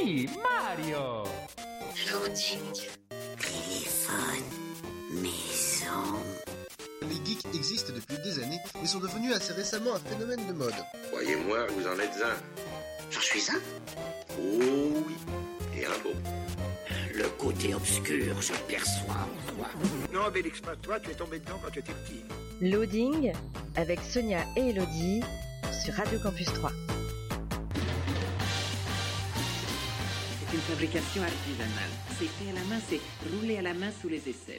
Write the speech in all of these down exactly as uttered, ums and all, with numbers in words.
Oui, Mario. Loading, téléphone, maison. Les geeks existent depuis des années et sont devenus assez récemment un phénomène de mode. Croyez-moi, vous en êtes un. J'en suis un. Oh oui, et un beau. Le côté obscur, je le perçois en toi. Non, Bélix, pas toi, tu es tombé dedans quand tu étais petit. Loading avec Sonia et Elodie sur Radio Campus trois. C'est une fabrication artisanale. C'est fait à la main, c'est roulé à la main sous les aisselles.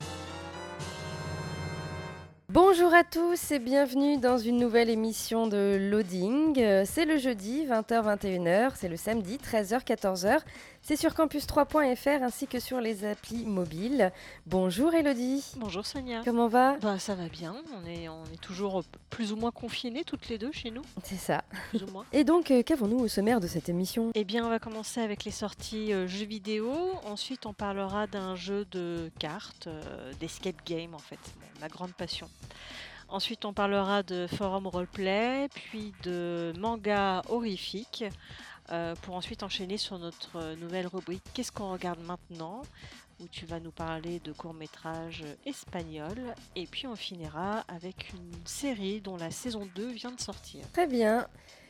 Bonjour à tous et bienvenue dans une nouvelle émission de Loading. C'est le jeudi vingt heures vingt et une heures, c'est le samedi treize heures quatorze heures. C'est sur campus trois point f r ainsi que sur les applis mobiles. Bonjour Elodie. Bonjour Sonia. Comment va ? Bah ça va bien, on est, on est toujours plus ou moins confinés toutes les deux chez nous. C'est ça. Plus ou moins. Et donc euh, qu'avons-nous au sommaire de cette émission ? Eh bien on va commencer avec les sorties euh, jeux vidéo, ensuite on parlera d'un jeu de cartes, euh, d'escape game en fait, bon, ma grande passion. Ensuite on parlera de forum roleplay, puis de manga horrifique. Euh, pour ensuite enchaîner sur notre nouvelle rubrique « Qu'est-ce qu'on regarde maintenant ?», où tu vas nous parler de courts-métrages espagnols. Et puis on finira avec une série dont la saison deux vient de sortir. Très bien.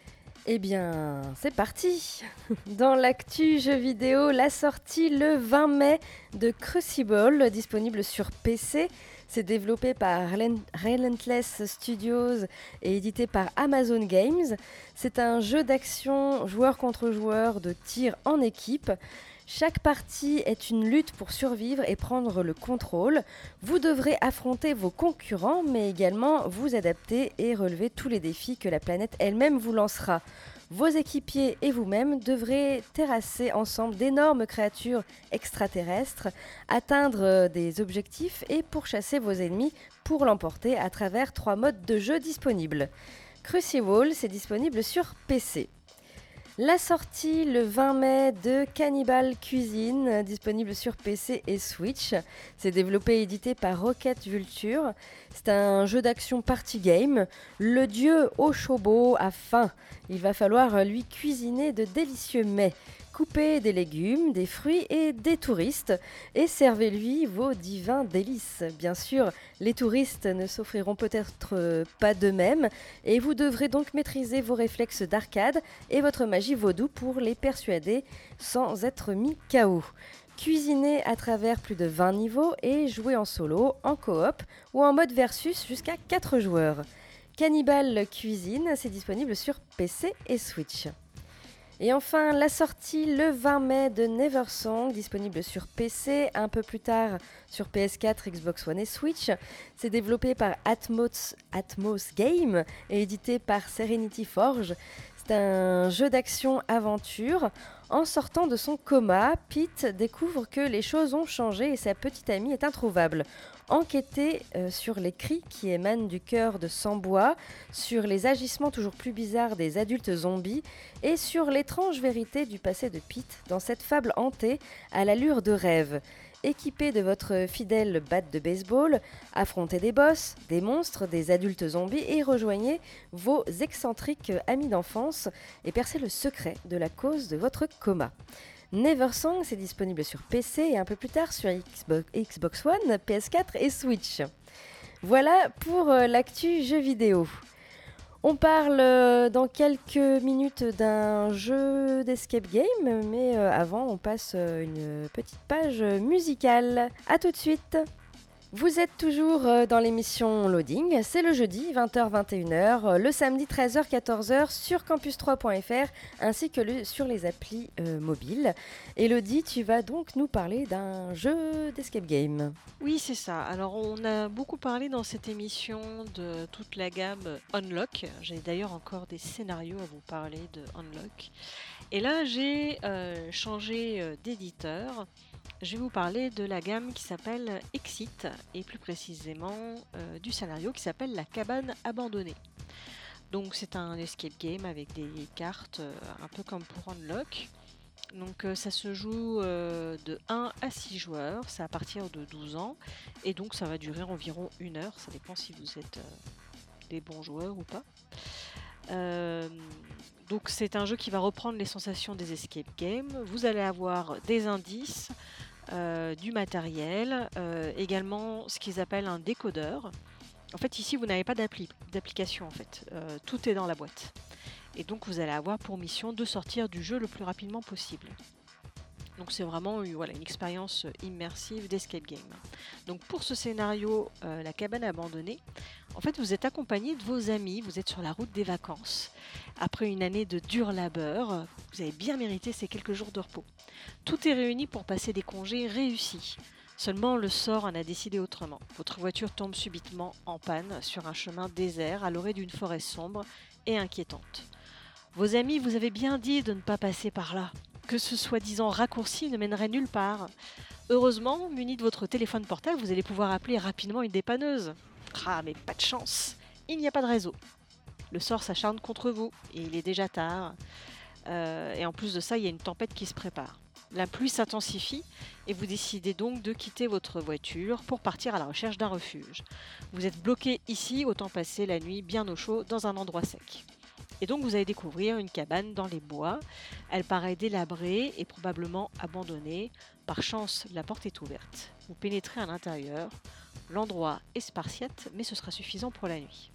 Eh bien, c'est parti. Dans l'actu jeux vidéo, la sortie le vingt mai de Crucible, disponible sur P C. C'est développé par Relentless Studios et édité par Amazon Games. C'est un jeu d'action joueur contre joueur de tir en équipe. Chaque partie est une lutte pour survivre et prendre le contrôle. Vous devrez affronter vos concurrents, mais également vous adapter et relever tous les défis que la planète elle-même vous lancera. Vos équipiers et vous-même devrez terrasser ensemble d'énormes créatures extraterrestres, atteindre des objectifs et pourchasser vos ennemis pour l'emporter à travers trois modes de jeu disponibles. Crucible, c'est disponible sur P C. La sortie le vingt mai de Cannibal Cuisine, disponible sur P C et Switch. C'est développé et édité par Rocket Vulture. C'est un jeu d'action party game. Le dieu Oshobo a faim. Il va falloir lui cuisiner de délicieux mets. Coupez des légumes, des fruits et des touristes et servez-lui vos divins délices. Bien sûr, les touristes ne s'offriront peut-être pas d'eux-mêmes et vous devrez donc maîtriser vos réflexes d'arcade et votre magie vaudou pour les persuader sans être mis K O. Cuisiner à travers plus de vingt niveaux et jouer en solo, en coop ou en mode versus jusqu'à quatre joueurs. Cannibal Cuisine, c'est disponible sur P C et Switch. Et enfin, la sortie le vingt mai de Neversong, disponible sur P C, un peu plus tard sur P S quatre, Xbox One et Switch. C'est développé par Atmos, Atmos Game et édité par Serenity Forge. C'est un jeu d'action-aventure. En sortant de son coma, Pete découvre que les choses ont changé et sa petite amie est introuvable. Enquêtez euh, sur les cris qui émanent du cœur de Sans-Bois, sur les agissements toujours plus bizarres des adultes zombies et sur l'étrange vérité du passé de Pete dans cette fable hantée à l'allure de rêve. Équipé de votre fidèle batte de baseball, affrontez des boss, des monstres, des adultes zombies et rejoignez vos excentriques amis d'enfance et percez le secret de la cause de votre coma. Neversong, c'est disponible sur P C et un peu plus tard sur Xbox, Xbox One, P S quatre et Switch. Voilà pour euh, l'actu jeux vidéo. On parle euh, dans quelques minutes d'un jeu d'escape game, mais euh, avant on passe euh, une petite page musicale. A tout de suite. Vous êtes toujours dans l'émission Loading, c'est le jeudi vingt heures vingt et une heures, le samedi treize heures quatorze heures sur campus trois point f r ainsi que le, sur les applis euh, mobiles. Elodie, tu vas donc nous parler d'un jeu d'escape game. Oui, c'est ça. Alors on a beaucoup parlé dans cette émission de toute la gamme Unlock. J'ai d'ailleurs encore des scénarios à vous parler de Unlock. Et là, j'ai euh, changé euh, d'éditeur. Je vais vous parler de la gamme qui s'appelle Exit et plus précisément euh, du scénario qui s'appelle La cabane abandonnée. Donc c'est un escape game avec des cartes euh, un peu comme pour Unlock. Donc euh, ça se joue euh, de un à six joueurs, c'est à partir de douze ans et donc ça va durer environ une heure, ça dépend si vous êtes euh, des bons joueurs ou pas. Euh, donc c'est un jeu qui va reprendre les sensations des escape games. Vous allez avoir des indices, euh, du matériel, euh, également ce qu'ils appellent un décodeur. En fait ici vous n'avez pas d'appli- d'application en fait, euh, tout est dans la boîte. Et donc vous allez avoir pour mission de sortir du jeu le plus rapidement possible. Donc c'est vraiment euh, voilà, une expérience immersive d'escape game. Donc pour ce scénario, euh, la cabane abandonnée, en fait vous êtes accompagné de vos amis, vous êtes sur la route des vacances. Après une année de dur labeur, vous avez bien mérité ces quelques jours de repos. Tout est réuni pour passer des congés réussis. Seulement le sort en a décidé autrement. Votre voiture tombe subitement en panne sur un chemin désert à l'orée d'une forêt sombre et inquiétante. Vos amis vous avaient bien dit de ne pas passer par là, que ce soi-disant raccourci ne mènerait nulle part. Heureusement, muni de votre téléphone portable, vous allez pouvoir appeler rapidement une dépanneuse. Ah, mais pas de chance, il n'y a pas de réseau. Le sort s'acharne contre vous, et il est déjà tard. Euh, et en plus de ça, il y a une tempête qui se prépare. La pluie s'intensifie, et vous décidez donc de quitter votre voiture pour partir à la recherche d'un refuge. Vous êtes bloqué ici, autant passer la nuit bien au chaud dans un endroit sec. Et donc vous allez découvrir une cabane dans les bois. Elle paraît délabrée et probablement abandonnée. Par chance, la porte est ouverte. Vous pénétrez à l'intérieur. L'endroit est spartiate, mais ce sera suffisant pour la nuit.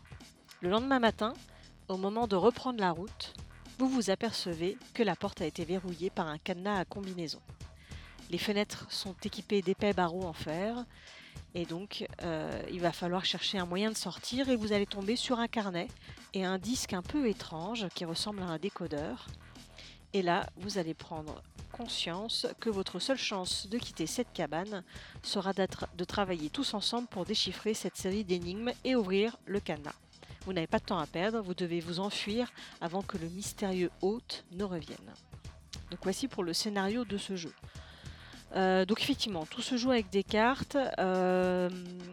Le lendemain matin, au moment de reprendre la route, vous vous apercevez que la porte a été verrouillée par un cadenas à combinaison. Les fenêtres sont équipées d'épais barreaux en fer. Et donc, euh, il va falloir chercher un moyen de sortir et vous allez tomber sur un carnet et un disque un peu étrange qui ressemble à un décodeur. Et là, vous allez prendre conscience que votre seule chance de quitter cette cabane sera de travailler tous ensemble pour déchiffrer cette série d'énigmes et ouvrir le cadenas. Vous n'avez pas de temps à perdre, vous devez vous enfuir avant que le mystérieux hôte ne revienne. Donc voici pour le scénario de ce jeu. Euh, donc effectivement, tout se joue avec des cartes. Euh,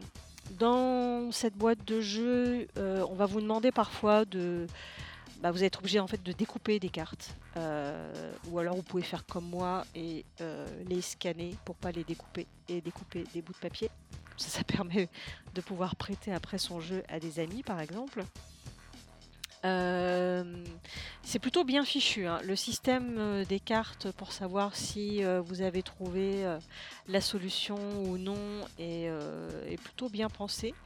dans cette boîte de jeu, euh, on va vous demander parfois de... Bah, vous êtes obligé en fait de découper des cartes. Euh, ou alors vous pouvez faire comme moi et euh, les scanner pour pas les découper et découper des bouts de papier. Ça, ça permet de pouvoir prêter après son jeu à des amis par exemple. Euh, c'est plutôt bien fichu, hein. Le système euh, des cartes pour savoir si euh, vous avez trouvé euh, la solution ou non est, euh, est plutôt bien pensé.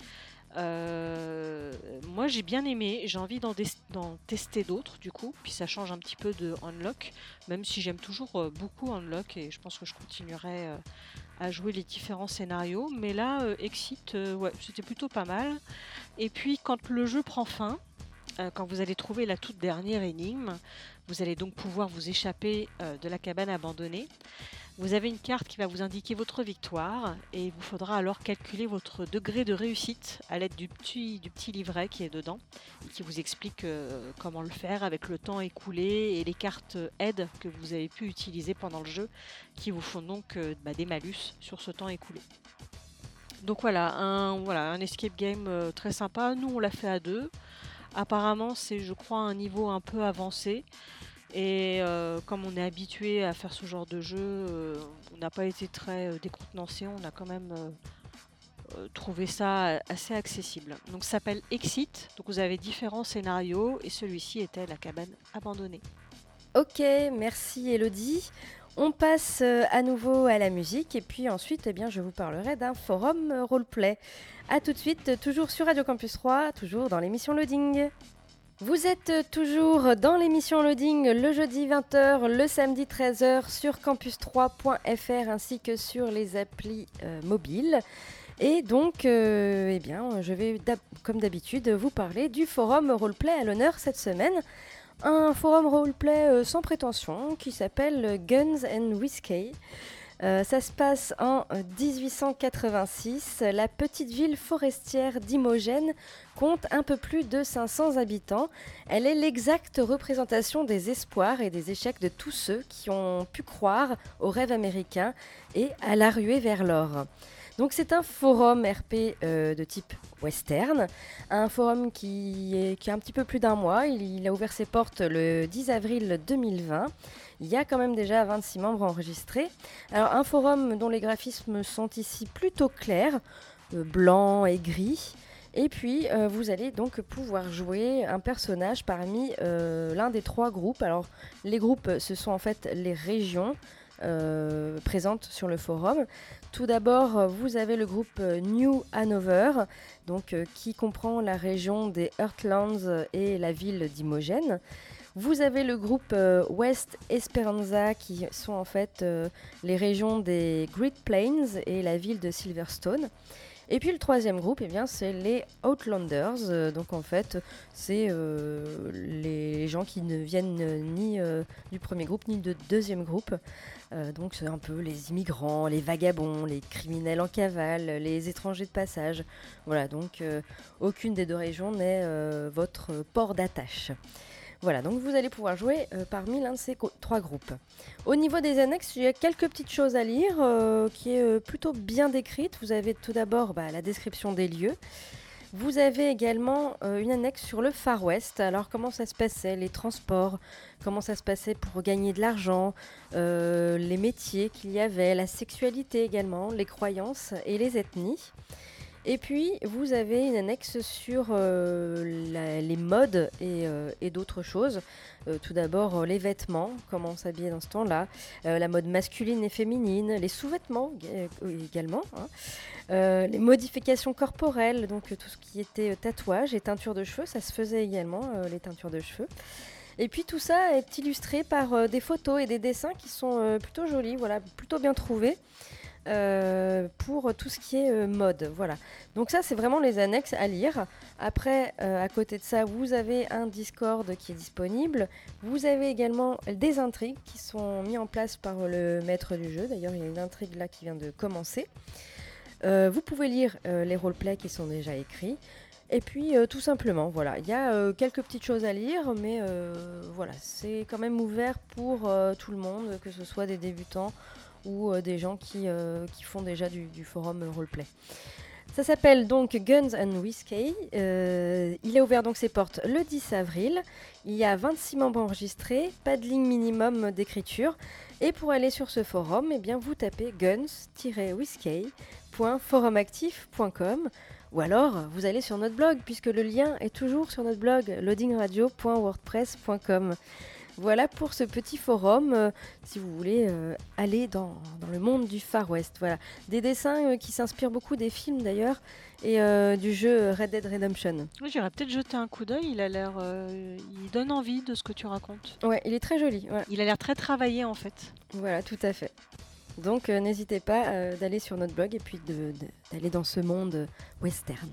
Euh, moi j'ai bien aimé, j'ai envie d'en, des- d'en tester d'autres du coup, puis ça change un petit peu de Unlock, même si j'aime toujours euh, beaucoup Unlock et je pense que je continuerai euh, à jouer les différents scénarios. Mais là, euh, Exit, euh, ouais, c'était plutôt pas mal. Et puis quand le jeu prend fin, Euh, quand vous allez trouver la toute dernière énigme, vous allez donc pouvoir vous échapper euh, de la cabane abandonnée. Vous avez une carte qui va vous indiquer votre victoire et il vous faudra alors calculer votre degré de réussite à l'aide du petit, du petit livret qui est dedans et qui vous explique euh, comment le faire avec le temps écoulé et les cartes aides que vous avez pu utiliser pendant le jeu qui vous font donc euh, bah, des malus sur ce temps écoulé. Donc voilà, un, voilà, un escape game euh, très sympa. Nous on l'a fait à deux. Apparemment, c'est, je crois, un niveau un peu avancé. Et euh, comme on est habitué à faire ce genre de jeu, euh, on n'a pas été très euh, décontenancé. On a quand même euh, euh, trouvé ça assez accessible. Donc, ça s'appelle Exit. Donc, vous avez différents scénarios. Et celui-ci était la cabane abandonnée. Ok, merci Elodie. On passe euh, à nouveau à la musique et puis ensuite eh bien, je vous parlerai d'un forum euh, roleplay. A tout de suite, toujours sur Radio Campus trois, toujours dans l'émission Loading. Vous êtes toujours dans l'émission Loading le jeudi vingt heures, le samedi treize heures sur campus trois point f r ainsi que sur les applis euh, mobiles. Et donc, euh, eh bien, je vais comme d'habitude vous parler du forum roleplay à l'honneur cette semaine. Un forum roleplay euh, sans prétention qui s'appelle Guns and Whiskey. Euh, ça se passe en dix-huit cent quatre-vingt-six. La petite ville forestière d'Imogène compte un peu plus de cinq cents habitants. Elle est l'exacte représentation des espoirs et des échecs de tous ceux qui ont pu croire au rêve américain et à la ruée vers l'or. Donc c'est un forum R P euh, de type western, un forum qui, est, qui a un petit peu plus d'un mois. Il, il a ouvert ses portes le dix avril deux mille vingt. Il y a quand même déjà vingt-six membres enregistrés. Alors un forum dont les graphismes sont ici plutôt clairs, euh, blancs et gris, Et puis, euh, vous allez donc pouvoir jouer un personnage parmi euh, l'un des trois groupes. Alors, les groupes, ce sont en fait les régions euh, présentes sur le forum. Tout d'abord, vous avez le groupe New Hanover, donc, euh, qui comprend la région des Heartlands et la ville d'Imogen. Vous avez le groupe euh, West Esperanza, qui sont en fait euh, les régions des Great Plains et la ville de Silverstone. Et puis le troisième groupe, eh bien, c'est les Outlanders. Euh, donc en fait, c'est euh, les gens qui ne viennent ni euh, du premier groupe ni du deuxième groupe. Euh, donc c'est un peu les immigrants, les vagabonds, les criminels en cavale, les étrangers de passage. Voilà, donc euh, aucune des deux régions n'est euh, votre port d'attache. Voilà, donc vous allez pouvoir jouer euh, parmi l'un de ces co- trois groupes. Au niveau des annexes, il y a quelques petites choses à lire euh, qui est euh, plutôt bien décrite. Vous avez tout d'abord bah, la description des lieux. Vous avez également euh, une annexe sur le Far West. Alors comment ça se passait, les transports, comment ça se passait pour gagner de l'argent, euh, les métiers qu'il y avait, la sexualité également, les croyances et les ethnies. Et puis, vous avez une annexe sur euh, la- les modes et, euh, et d'autres choses. Euh, tout d'abord, euh, les vêtements, comment s'habiller dans ce temps-là, euh, la mode masculine et féminine, les sous-vêtements euh, également, hein. Euh, les modifications corporelles, donc euh, tout ce qui était euh, tatouage et teinture de cheveux, ça se faisait également, euh, les teintures de cheveux. Et puis tout ça est illustré par euh, des photos et des dessins qui sont euh, plutôt jolis, voilà, plutôt bien trouvés. Euh, pour tout ce qui est euh, mode, voilà. Donc ça, c'est vraiment les annexes à lire. Après, euh, à côté de ça, vous avez un Discord qui est disponible. Vous avez également des intrigues qui sont mises en place par le maître du jeu. D'ailleurs, il y a une intrigue là qui vient de commencer. Euh, vous pouvez lire euh, les roleplays qui sont déjà écrits. Et puis, euh, tout simplement, voilà. Il y a euh, quelques petites choses à lire, mais euh, voilà, c'est quand même ouvert pour euh, tout le monde, que ce soit des débutants ou euh, des gens qui, euh, qui font déjà du, du forum euh, roleplay. Ça s'appelle donc Guns and Whiskey. Euh, il a ouvert donc ses portes le dix avril. Il y a vingt-six membres enregistrés, pas de ligne minimum d'écriture. Et pour aller sur ce forum, eh bien, vous tapez guns tiret whiskey point forumactif point com ou alors vous allez sur notre blog, puisque le lien est toujours sur notre blog loading radio point wordpress point com. Voilà pour ce petit forum, euh, si vous voulez euh, aller dans, dans le monde du Far West. Voilà. Des dessins euh, qui s'inspirent beaucoup des films d'ailleurs, et euh, du jeu Red Dead Redemption. Oui, j'irais peut-être jeter un coup d'œil, il a l'air, euh, il donne envie de ce que tu racontes. Ouais, il est très joli. Voilà, Il a l'air très travaillé en fait. voilà, tout à fait. Donc euh, n'hésitez pas euh, d'aller sur notre blog et puis de- de- d'aller dans ce monde euh, western.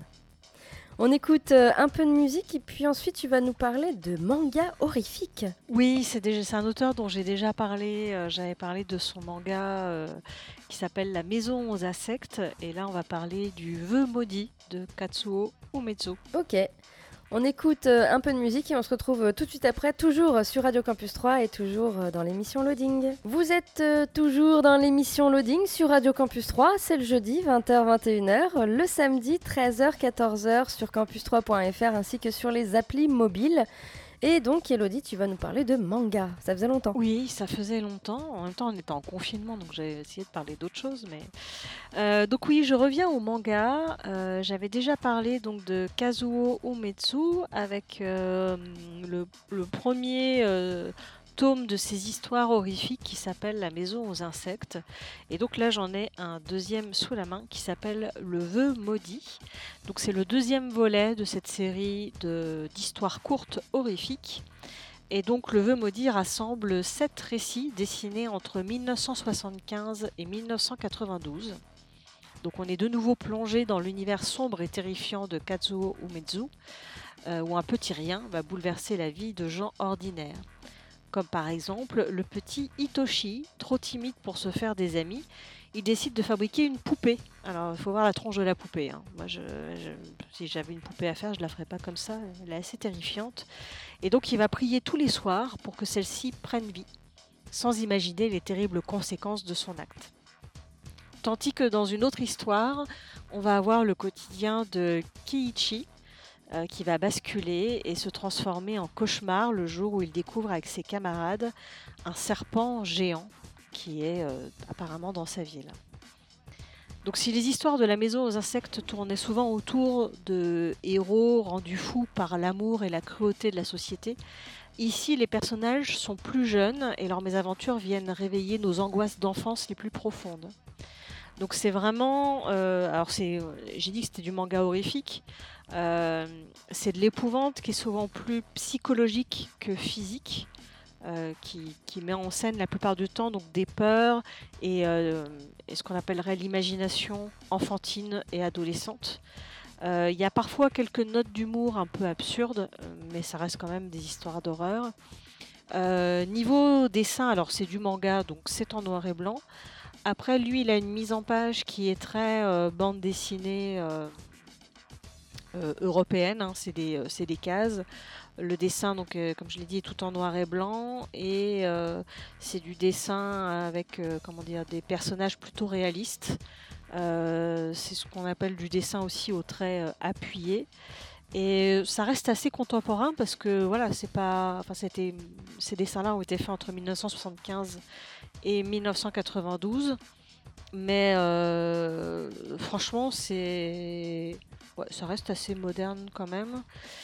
On écoute euh, un peu de musique et puis ensuite tu vas nous parler de manga horrifique. Oui, c'est déjà, c'est un auteur dont j'ai déjà parlé. euh, J'avais parlé de son manga euh, qui s'appelle La Maison aux insectes. Et là, on va parler du Vœu maudit de Katsuo Umezu. Ok, on écoute euh, un peu de musique et on se retrouve euh, tout de suite après, toujours euh, sur Radio Campus trois et toujours euh, dans l'émission Loading. Vous êtes euh, toujours dans l'émission Loading sur Radio Campus trois, c'est le jeudi vingt heures vingt et une heures, le samedi treize heures quatorze heures sur campus trois point f r ainsi que sur les applis mobiles. Et donc Elodie, tu vas nous parler de manga, ça faisait longtemps. Oui, ça faisait longtemps. En même temps, on était en confinement, donc j'ai essayé de parler d'autres choses. Mais Euh, donc oui, je reviens au manga. Euh, J'avais déjà parlé donc de Kazuo Umezu avec euh, le, le premier euh, tome de ses histoires horrifiques qui s'appelle La Maison aux insectes. Et donc là, j'en ai un deuxième sous la main qui s'appelle Le Vœu maudit. Donc c'est le deuxième volet de cette série de- d'histoires courtes horrifiques. Et donc le Vœu maudit rassemble sept récits dessinés entre mille neuf cent soixante-quinze et mille neuf cent quatre-vingt-douze. Donc on est de nouveau plongé dans l'univers sombre et terrifiant de Kazuo Umezu, euh, où un petit rien va bouleverser la vie de gens ordinaires. Comme par exemple le petit Hitoshi, trop timide pour se faire des amis, il décide de fabriquer une poupée. Alors il faut voir la tronche de la poupée, hein. Moi, je, je- si j'avais une poupée à faire, je la ferais pas comme ça, elle est assez terrifiante. Et donc il va prier tous les soirs pour que celle-ci prenne vie, sans imaginer les terribles conséquences de son acte. Tandis que dans une autre histoire, on va avoir le quotidien de Kiichi, euh, qui va basculer et se transformer en cauchemar le jour où il découvre avec ses camarades un serpent géant qui est euh, apparemment dans sa ville. Donc si les histoires de la maison aux insectes tournaient souvent autour de héros rendus fous par l'amour et la cruauté de la société, ici les personnages sont plus jeunes et leurs mésaventures viennent réveiller nos angoisses d'enfance les plus profondes. Donc c'est vraiment, euh, alors c'est, j'ai dit que c'était du manga horrifique, euh, c'est de l'épouvante qui est souvent plus psychologique que physique. Euh, qui, qui met en scène la plupart du temps donc des peurs et, euh, et ce qu'on appellerait l'imagination enfantine et adolescente. Il euh, y a parfois quelques notes d'humour un peu absurdes, mais ça reste quand même des histoires d'horreur. Euh, niveau dessin, alors c'est du manga, donc c'est en noir et blanc. Après, lui, il a une mise en page qui est très euh, bande dessinée euh, euh, européenne, hein, c'est des, euh, c'est des cases. Le dessin, donc, euh, comme je l'ai dit, est tout en noir et blanc et euh, c'est du dessin avec euh, comment dire, des personnages plutôt réalistes. Euh, c'est ce qu'on appelle du dessin aussi au trait euh, appuyé. Et ça reste assez contemporain parce que voilà, c'est pas, enfin, c'était, ces dessins-là ont été faits entre mille neuf cent soixante-quinze et mille neuf cent quatre-vingt-douze. Mais euh, franchement, c'est, ouais, ça reste assez moderne quand même.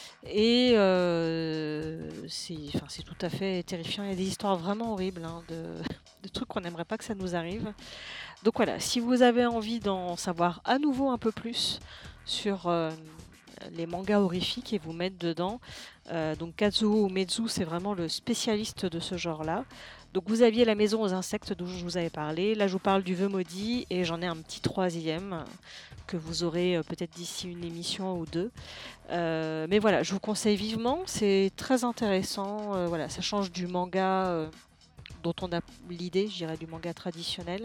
Et euh, c'est, enfin, c'est tout à fait terrifiant. Il y a des histoires vraiment horribles, hein, de, de trucs qu'on n'aimerait pas que ça nous arrive. Donc voilà, si vous avez envie d'en savoir à nouveau un peu plus sur euh, les mangas horrifiques et vous mettre dedans, euh, donc Kazuo Umezu, c'est vraiment le spécialiste de ce genre-là. Donc vous aviez la maison aux insectes dont je vous avais parlé. Là, je vous parle du Vœu maudit et j'en ai un petit troisième que vous aurez euh, peut-être d'ici une émission ou deux. Euh, mais voilà, je vous conseille vivement. C'est très intéressant. Euh, voilà, ça change du manga euh, dont on a l'idée, je dirais, du manga traditionnel.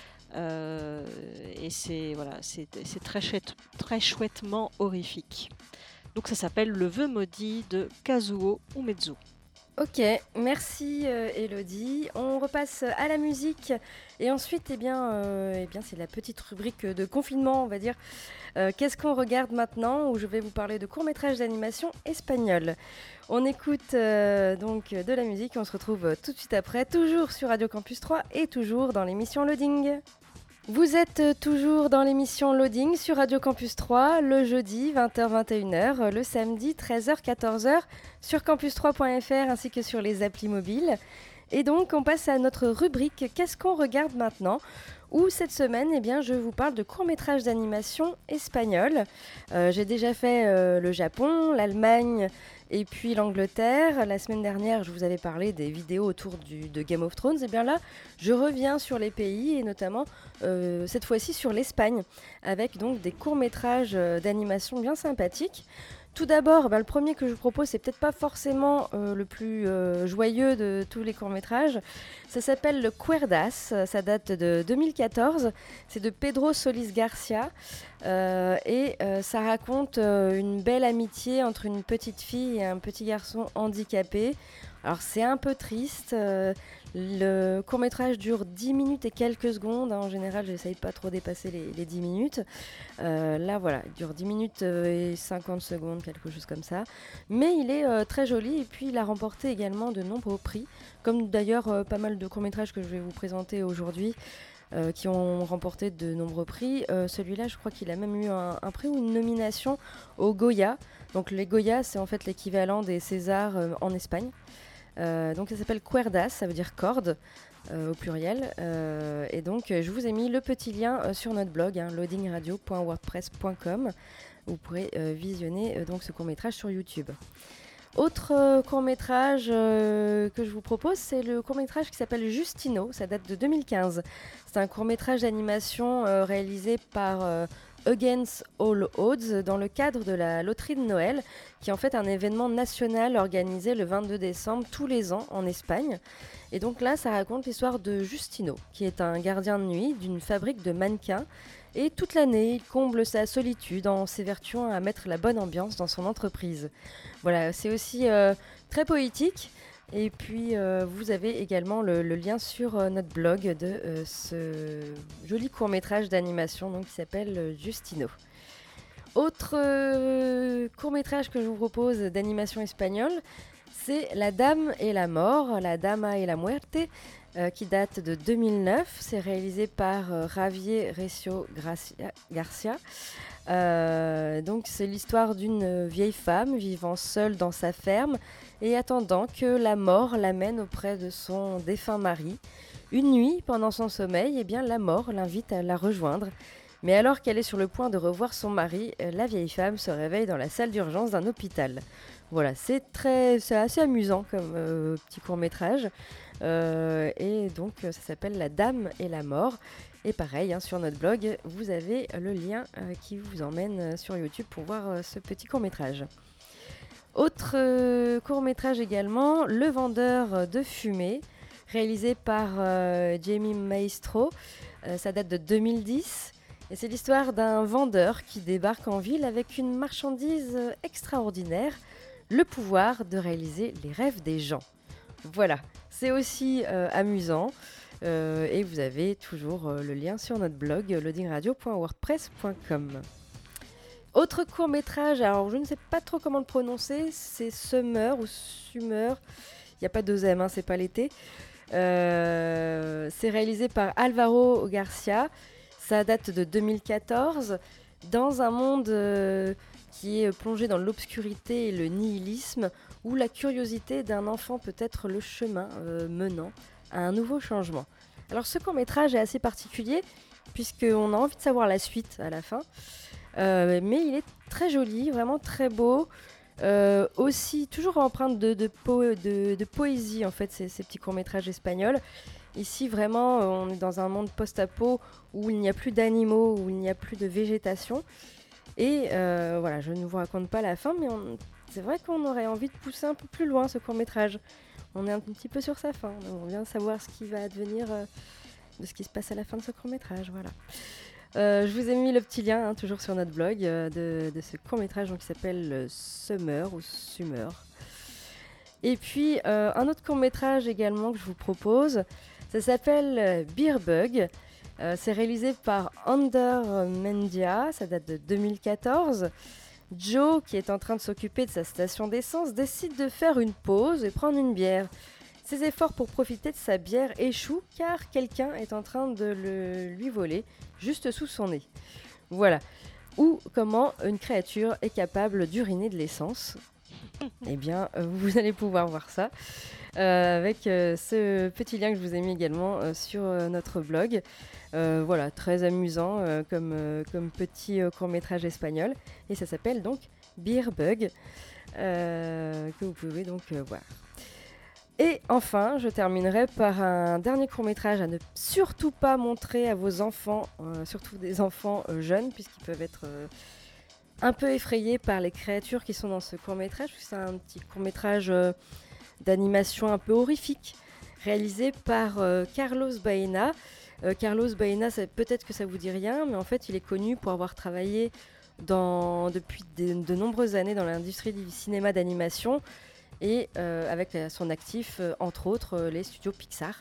Euh, et c'est voilà, c'est, c'est très, chouette, très chouettement horrifique. Donc ça s'appelle Le Vœu maudit de Kazuo Umezu. Ok, merci euh, Elodie. On repasse à la musique et ensuite, eh bien, euh, eh bien, c'est la petite rubrique de confinement, on va dire. Euh, qu'est-ce qu'on regarde maintenant, où je vais vous parler de courts-métrages d'animation espagnol. On écoute euh, donc de la musique et on se retrouve tout de suite après, toujours sur Radio Campus trois et toujours dans l'émission Loading. Vous êtes toujours dans l'émission Loading sur Radio Campus trois, le jeudi vingt heures vingt et une heures, le samedi treize heures quatorze heures sur campus trois point f r ainsi que sur les applis mobiles. Et donc on passe à notre rubrique Qu'est-ce qu'on regarde maintenant ? Où cette semaine, eh bien, je vous parle de courts-métrages d'animation espagnols. Euh, j'ai déjà fait euh, le Japon, l'Allemagne et puis l'Angleterre. La semaine dernière, je vous avais parlé des vidéos autour du, de Game of Thrones. Et bien là, je reviens sur les pays et notamment euh, cette fois-ci sur l'Espagne avec donc des courts-métrages euh, d'animation bien sympathiques. Tout d'abord, ben, le premier que je vous propose, c'est peut-être pas forcément euh, le plus euh, joyeux de tous les courts-métrages. Ça s'appelle le Cuerdas, ça date de deux mille quatorze, c'est de Pedro Solís Garcia euh, et euh, ça raconte euh, une belle amitié entre une petite fille et un petit garçon handicapé. Alors c'est un peu triste, euh, le court-métrage dure dix minutes et quelques secondes, hein. En général j'essaye pas trop dépasser les, les dix minutes, euh, là voilà, il dure dix minutes et cinquante secondes, quelque chose comme ça, mais il est euh, très joli et puis il a remporté également de nombreux prix, comme d'ailleurs euh, pas mal de courts-métrages que je vais vous présenter aujourd'hui, euh, qui ont remporté de nombreux prix. Euh, celui-là je crois qu'il a même eu un, un prix ou une nomination au Goya, donc les Goya c'est en fait l'équivalent des Césars euh, en Espagne. Euh, donc ça s'appelle Cuerdas, ça veut dire corde euh, au pluriel. Euh, et donc euh, je vous ai mis le petit lien euh, sur notre blog, hein, loading radio point wordpress point com. Vous pourrez euh, visionner euh, donc ce court-métrage sur YouTube. Autre euh, court-métrage euh, que je vous propose, c'est le court-métrage qui s'appelle Justino, ça date de deux mille quinze. C'est un court-métrage d'animation euh, réalisé par euh, Against All Odds dans le cadre de la loterie de Noël, qui est en fait un événement national organisé le vingt-deux décembre tous les ans en Espagne. Et donc là, ça raconte l'histoire de Justino, qui est un gardien de nuit d'une fabrique de mannequins. Et toute l'année, il comble sa solitude en s'évertuant à mettre la bonne ambiance dans son entreprise. Voilà, c'est aussi euh, très poétique. Et puis, euh, vous avez également le, le lien sur euh, notre blog de euh, ce joli court-métrage d'animation donc, qui s'appelle euh, Justino. Autre euh, court-métrage que je vous propose d'animation espagnole, C'est La Dame et la Mort, La Dama et la Muerte, euh, qui date de deux mille neuf. C'est réalisé par euh, Javier Recio Gracia- Garcia. Euh, donc c'est l'histoire d'une vieille femme vivant seule dans sa ferme et attendant que la mort l'amène auprès de son défunt mari. Une nuit, pendant son sommeil, eh bien, la mort l'invite à la rejoindre. Mais alors qu'elle est sur le point de revoir son mari, la vieille femme se réveille dans la salle d'urgence d'un hôpital. Voilà, c'est très, c'est assez amusant comme euh, petit court-métrage. Euh, et donc, ça s'appelle La Dame et la Mort. Et pareil, hein, sur notre blog, vous avez le lien euh, qui vous emmène euh, sur YouTube pour voir euh, ce petit court-métrage. Autre euh, court-métrage également, Le Vendeur de Fumée, réalisé par euh, Jamie Maestro. Euh, ça date de deux mille dix. Et c'est l'histoire d'un vendeur qui débarque en ville avec une marchandise euh, extraordinaire, le pouvoir de réaliser les rêves des gens. Voilà, c'est aussi euh, amusant. Euh, et vous avez toujours euh, le lien sur notre blog loading radio point wordpress point com. Autre court-métrage, alors je ne sais pas trop comment le prononcer, c'est Summer ou Summer, il n'y a pas deux M, hein, c'est pas l'été. Euh, c'est réalisé par Alvaro Garcia, ça date de deux mille quatorze, dans un monde euh, qui est plongé dans l'obscurité et le nihilisme, où la curiosité d'un enfant peut être le chemin euh, menant à un nouveau changement. Alors ce court-métrage est assez particulier puisqu'on a envie de savoir la suite à la fin, euh, mais il est très joli, vraiment très beau, euh, aussi toujours empreinte de, de, po- de, de poésie en fait, ces, ces petits courts-métrages espagnols. Ici vraiment on est dans un monde post-apo où il n'y a plus d'animaux, où il n'y a plus de végétation et euh, voilà, je ne vous raconte pas la fin, mais on, c'est vrai qu'on aurait envie de pousser un peu plus loin ce court-métrage. On est un petit peu sur sa fin, on vient savoir ce qui va advenir euh, de ce qui se passe à la fin de ce court-métrage, voilà. Euh, je vous ai mis le petit lien, hein, toujours sur notre blog, euh, de, de ce court-métrage donc, qui s'appelle euh, Summer ou Summer. Et puis, euh, un autre court-métrage également que je vous propose, ça s'appelle euh, Beer Bug. Euh, c'est réalisé par Ander Mendia, ça date de deux mille quatorze. Joe, qui est en train de s'occuper de sa station d'essence, décide de faire une pause et prendre une bière. Ses efforts pour profiter de sa bière échouent car quelqu'un est en train de le lui voler juste sous son nez. Voilà. Ou comment une créature est capable d'uriner de l'essence. Eh bien, euh, vous allez pouvoir voir ça euh, avec euh, ce petit lien que je vous ai mis également euh, sur euh, notre blog. Euh, voilà, très amusant euh, comme, euh, comme petit euh, court-métrage espagnol. Et ça s'appelle donc Beer Bug, euh, que vous pouvez donc euh, voir. Et enfin, je terminerai par un dernier court-métrage à ne surtout pas montrer à vos enfants, euh, surtout des enfants euh, jeunes, puisqu'ils peuvent être euh, un peu effrayés par les créatures qui sont dans ce court-métrage. C'est un petit court-métrage euh, d'animation un peu horrifique, réalisé par euh, Carlos Baena. Euh, Carlos Baena, ça, peut-être que ça vous dit rien, mais en fait, il est connu pour avoir travaillé dans, depuis de, de nombreuses années dans l'industrie du cinéma d'animation et euh, avec euh, son actif, euh, entre autres, euh, les studios Pixar.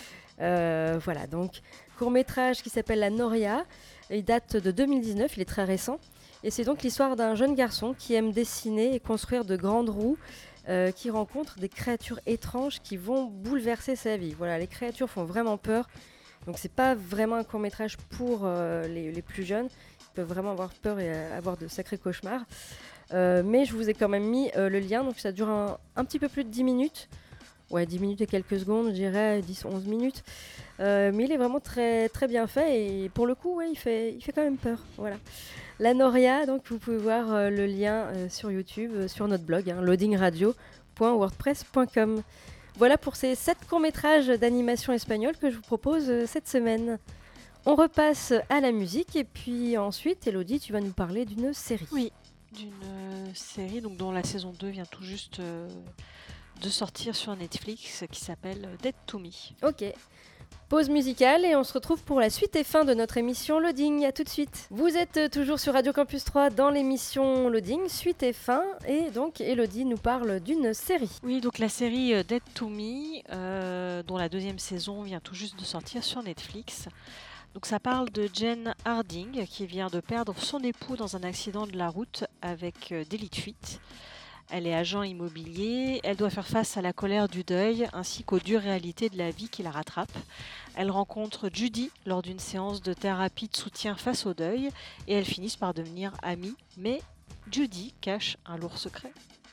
Euh, voilà, donc court-métrage qui s'appelle La Noria. Il date de deux mille dix-neuf, il est très récent. Et c'est donc l'histoire d'un jeune garçon qui aime dessiner et construire de grandes roues, euh, qui rencontre des créatures étranges qui vont bouleverser sa vie. Voilà, les créatures font vraiment peur. Donc c'est pas vraiment un court-métrage pour euh, les, les plus jeunes. Ils peuvent vraiment avoir peur et euh, avoir de sacrés cauchemars. Euh, mais je vous ai quand même mis euh, le lien, donc ça dure un, un petit peu plus de dix minutes. Ouais, dix minutes et quelques secondes, je dirais dix à onze minutes. Euh, mais il est vraiment très, très bien fait et pour le coup, ouais, il fait, il fait quand même peur. Voilà. La Noria, donc vous pouvez voir euh, le lien euh, sur YouTube, euh, sur notre blog, hein, loading radio point wordpress point com. Voilà pour ces sept courts-métrages d'animation espagnole que je vous propose euh, cette semaine. On repasse à la musique et puis ensuite, Elodie, tu vas nous parler d'une série. Oui, d'une euh, série donc, dont la saison deux vient tout juste euh, de sortir sur Netflix qui s'appelle Dead to Me. Ok. Pause musicale et on se retrouve pour la suite et fin de notre émission Loading. À tout de suite. Vous êtes toujours sur Radio Campus trois dans l'émission Loading, suite et fin. Et donc Elodie nous parle d'une série. Oui, donc la série Dead to Me, euh, dont la deuxième saison vient tout juste de sortir sur Netflix. Donc ça parle de Jen Harding qui vient de perdre son époux dans un accident de la route avec euh, délit de fuite. Elle est agent immobilier, elle doit faire face à la colère du deuil ainsi qu'aux dures réalités de la vie qui la rattrape. Elle rencontre Judy lors d'une séance de thérapie de soutien face au deuil et elles finissent par devenir amies, mais Judy cache un lourd secret.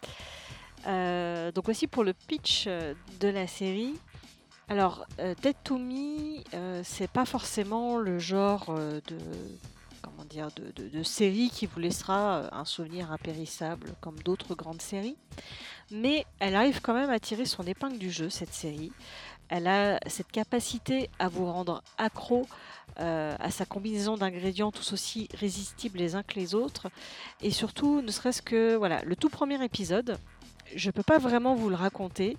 Euh, donc voici pour le pitch de la série. Alors, euh, Dead to Me, euh, c'est pas forcément le genre euh, de... comment dire, de, de, de série qui vous laissera un souvenir impérissable comme d'autres grandes séries. Mais elle arrive quand même à tirer son épingle du jeu, cette série. Elle a cette capacité à vous rendre accro euh, à sa combinaison d'ingrédients tous aussi résistibles les uns que les autres. Et surtout, ne serait-ce que voilà, le tout premier épisode, je ne peux pas vraiment vous le raconter.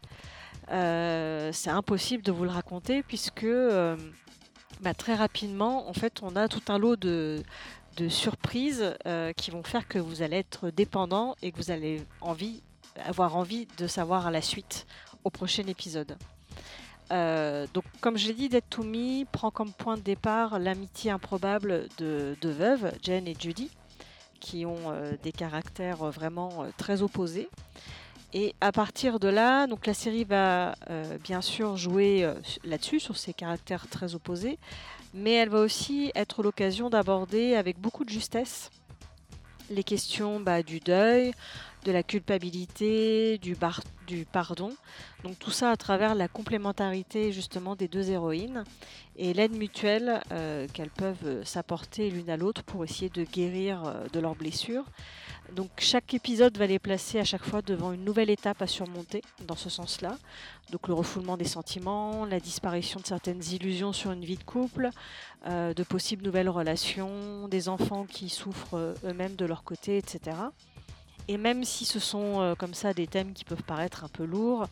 Euh, c'est impossible de vous le raconter puisque... Euh, Bah, très rapidement, en fait, on a tout un lot de, de surprises euh, qui vont faire que vous allez être dépendant et que vous allez envie, avoir envie de savoir la suite au prochain épisode. Euh, donc, comme je l'ai dit, Dead to Me prend comme point de départ l'amitié improbable de deux veuves, Jen et Judy, qui ont euh, des caractères vraiment euh, très opposés. Et à partir de là, donc la série va euh, bien sûr jouer euh, là-dessus, sur ces caractères très opposés, mais elle va aussi être l'occasion d'aborder avec beaucoup de justesse les questions bah, du deuil, de la culpabilité, du, bar- du pardon. Donc tout ça à travers la complémentarité justement des deux héroïnes et l'aide mutuelle euh, qu'elles peuvent s'apporter l'une à l'autre pour essayer de guérir euh, de leurs blessures. Donc chaque épisode va les placer à chaque fois devant une nouvelle étape à surmonter dans ce sens-là. Donc le refoulement des sentiments, la disparition de certaines illusions sur une vie de couple, euh, de possibles nouvelles relations, des enfants qui souffrent euh, eux-mêmes de leur côté, et cetera. Et même si ce sont euh, comme ça des thèmes qui peuvent paraître un peu lourds,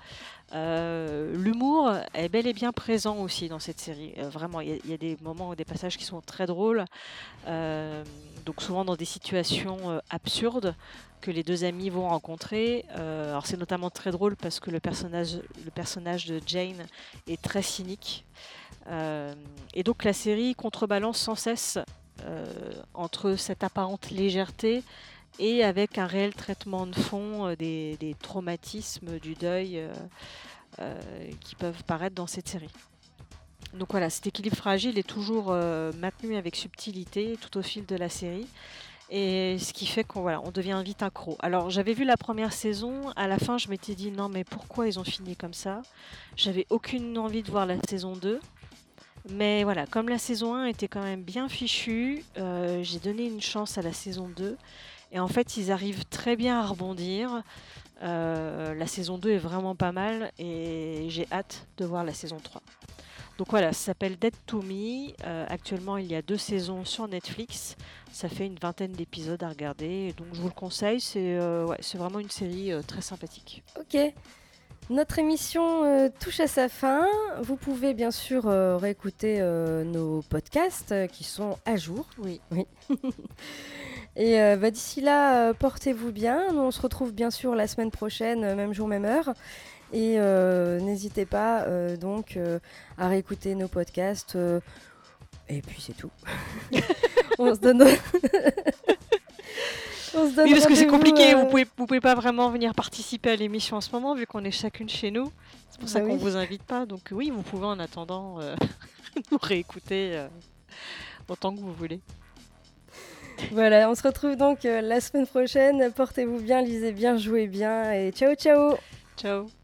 euh, l'humour est bel et bien présent aussi dans cette série. Euh, vraiment, il y, y a des moments, des passages qui sont très drôles, euh, donc souvent dans des situations euh, absurdes que les deux amis vont rencontrer. Euh, alors c'est notamment très drôle parce que le personnage, le personnage de Jane est très cynique. Euh, et donc la série contrebalance sans cesse euh, entre cette apparente légèreté et avec un réel traitement de fond euh, des, des traumatismes du deuil euh, euh, qui peuvent paraître dans cette série. Donc voilà, cet équilibre fragile est toujours euh, maintenu avec subtilité tout au fil de la série, et ce qui fait qu'on voilà, on devient vite accro. Alors j'avais vu la première saison, à la fin je m'étais dit non mais pourquoi ils ont fini comme ça ? J'avais aucune envie de voir la saison deux. Mais voilà, comme la saison un était quand même bien fichue, euh, j'ai donné une chance à la saison deux. Et en fait, ils arrivent très bien à rebondir. Euh, la saison deux est vraiment pas mal et j'ai hâte de voir la saison trois. Donc voilà, ça s'appelle Dead to Me. Euh, actuellement, il y a deux saisons sur Netflix. Ça fait une vingtaine d'épisodes à regarder. Donc je vous le conseille, c'est, euh, ouais, c'est vraiment une série euh, très sympathique. Ok. Notre émission euh, touche à sa fin. Vous pouvez bien sûr euh, réécouter euh, nos podcasts euh, qui sont à jour. Oui. Oui. Et euh, bah, d'ici là, euh, portez-vous bien. Nous, on se retrouve bien sûr la semaine prochaine, euh, même jour, même heure. Et euh, n'hésitez pas euh, donc euh, à réécouter nos podcasts. Euh, et puis c'est tout. On se donne... On se donne oui, parce que c'est compliqué, euh... vous pouvez, vous pouvez pas vraiment venir participer à l'émission en ce moment, vu qu'on est chacune chez nous. C'est pour bah ça qu'on oui. vous invite pas. Donc oui, vous pouvez en attendant euh, nous réécouter euh, autant que vous voulez. Voilà, on se retrouve donc euh, la semaine prochaine. Portez-vous bien, lisez bien, jouez bien et ciao ciao. Ciao.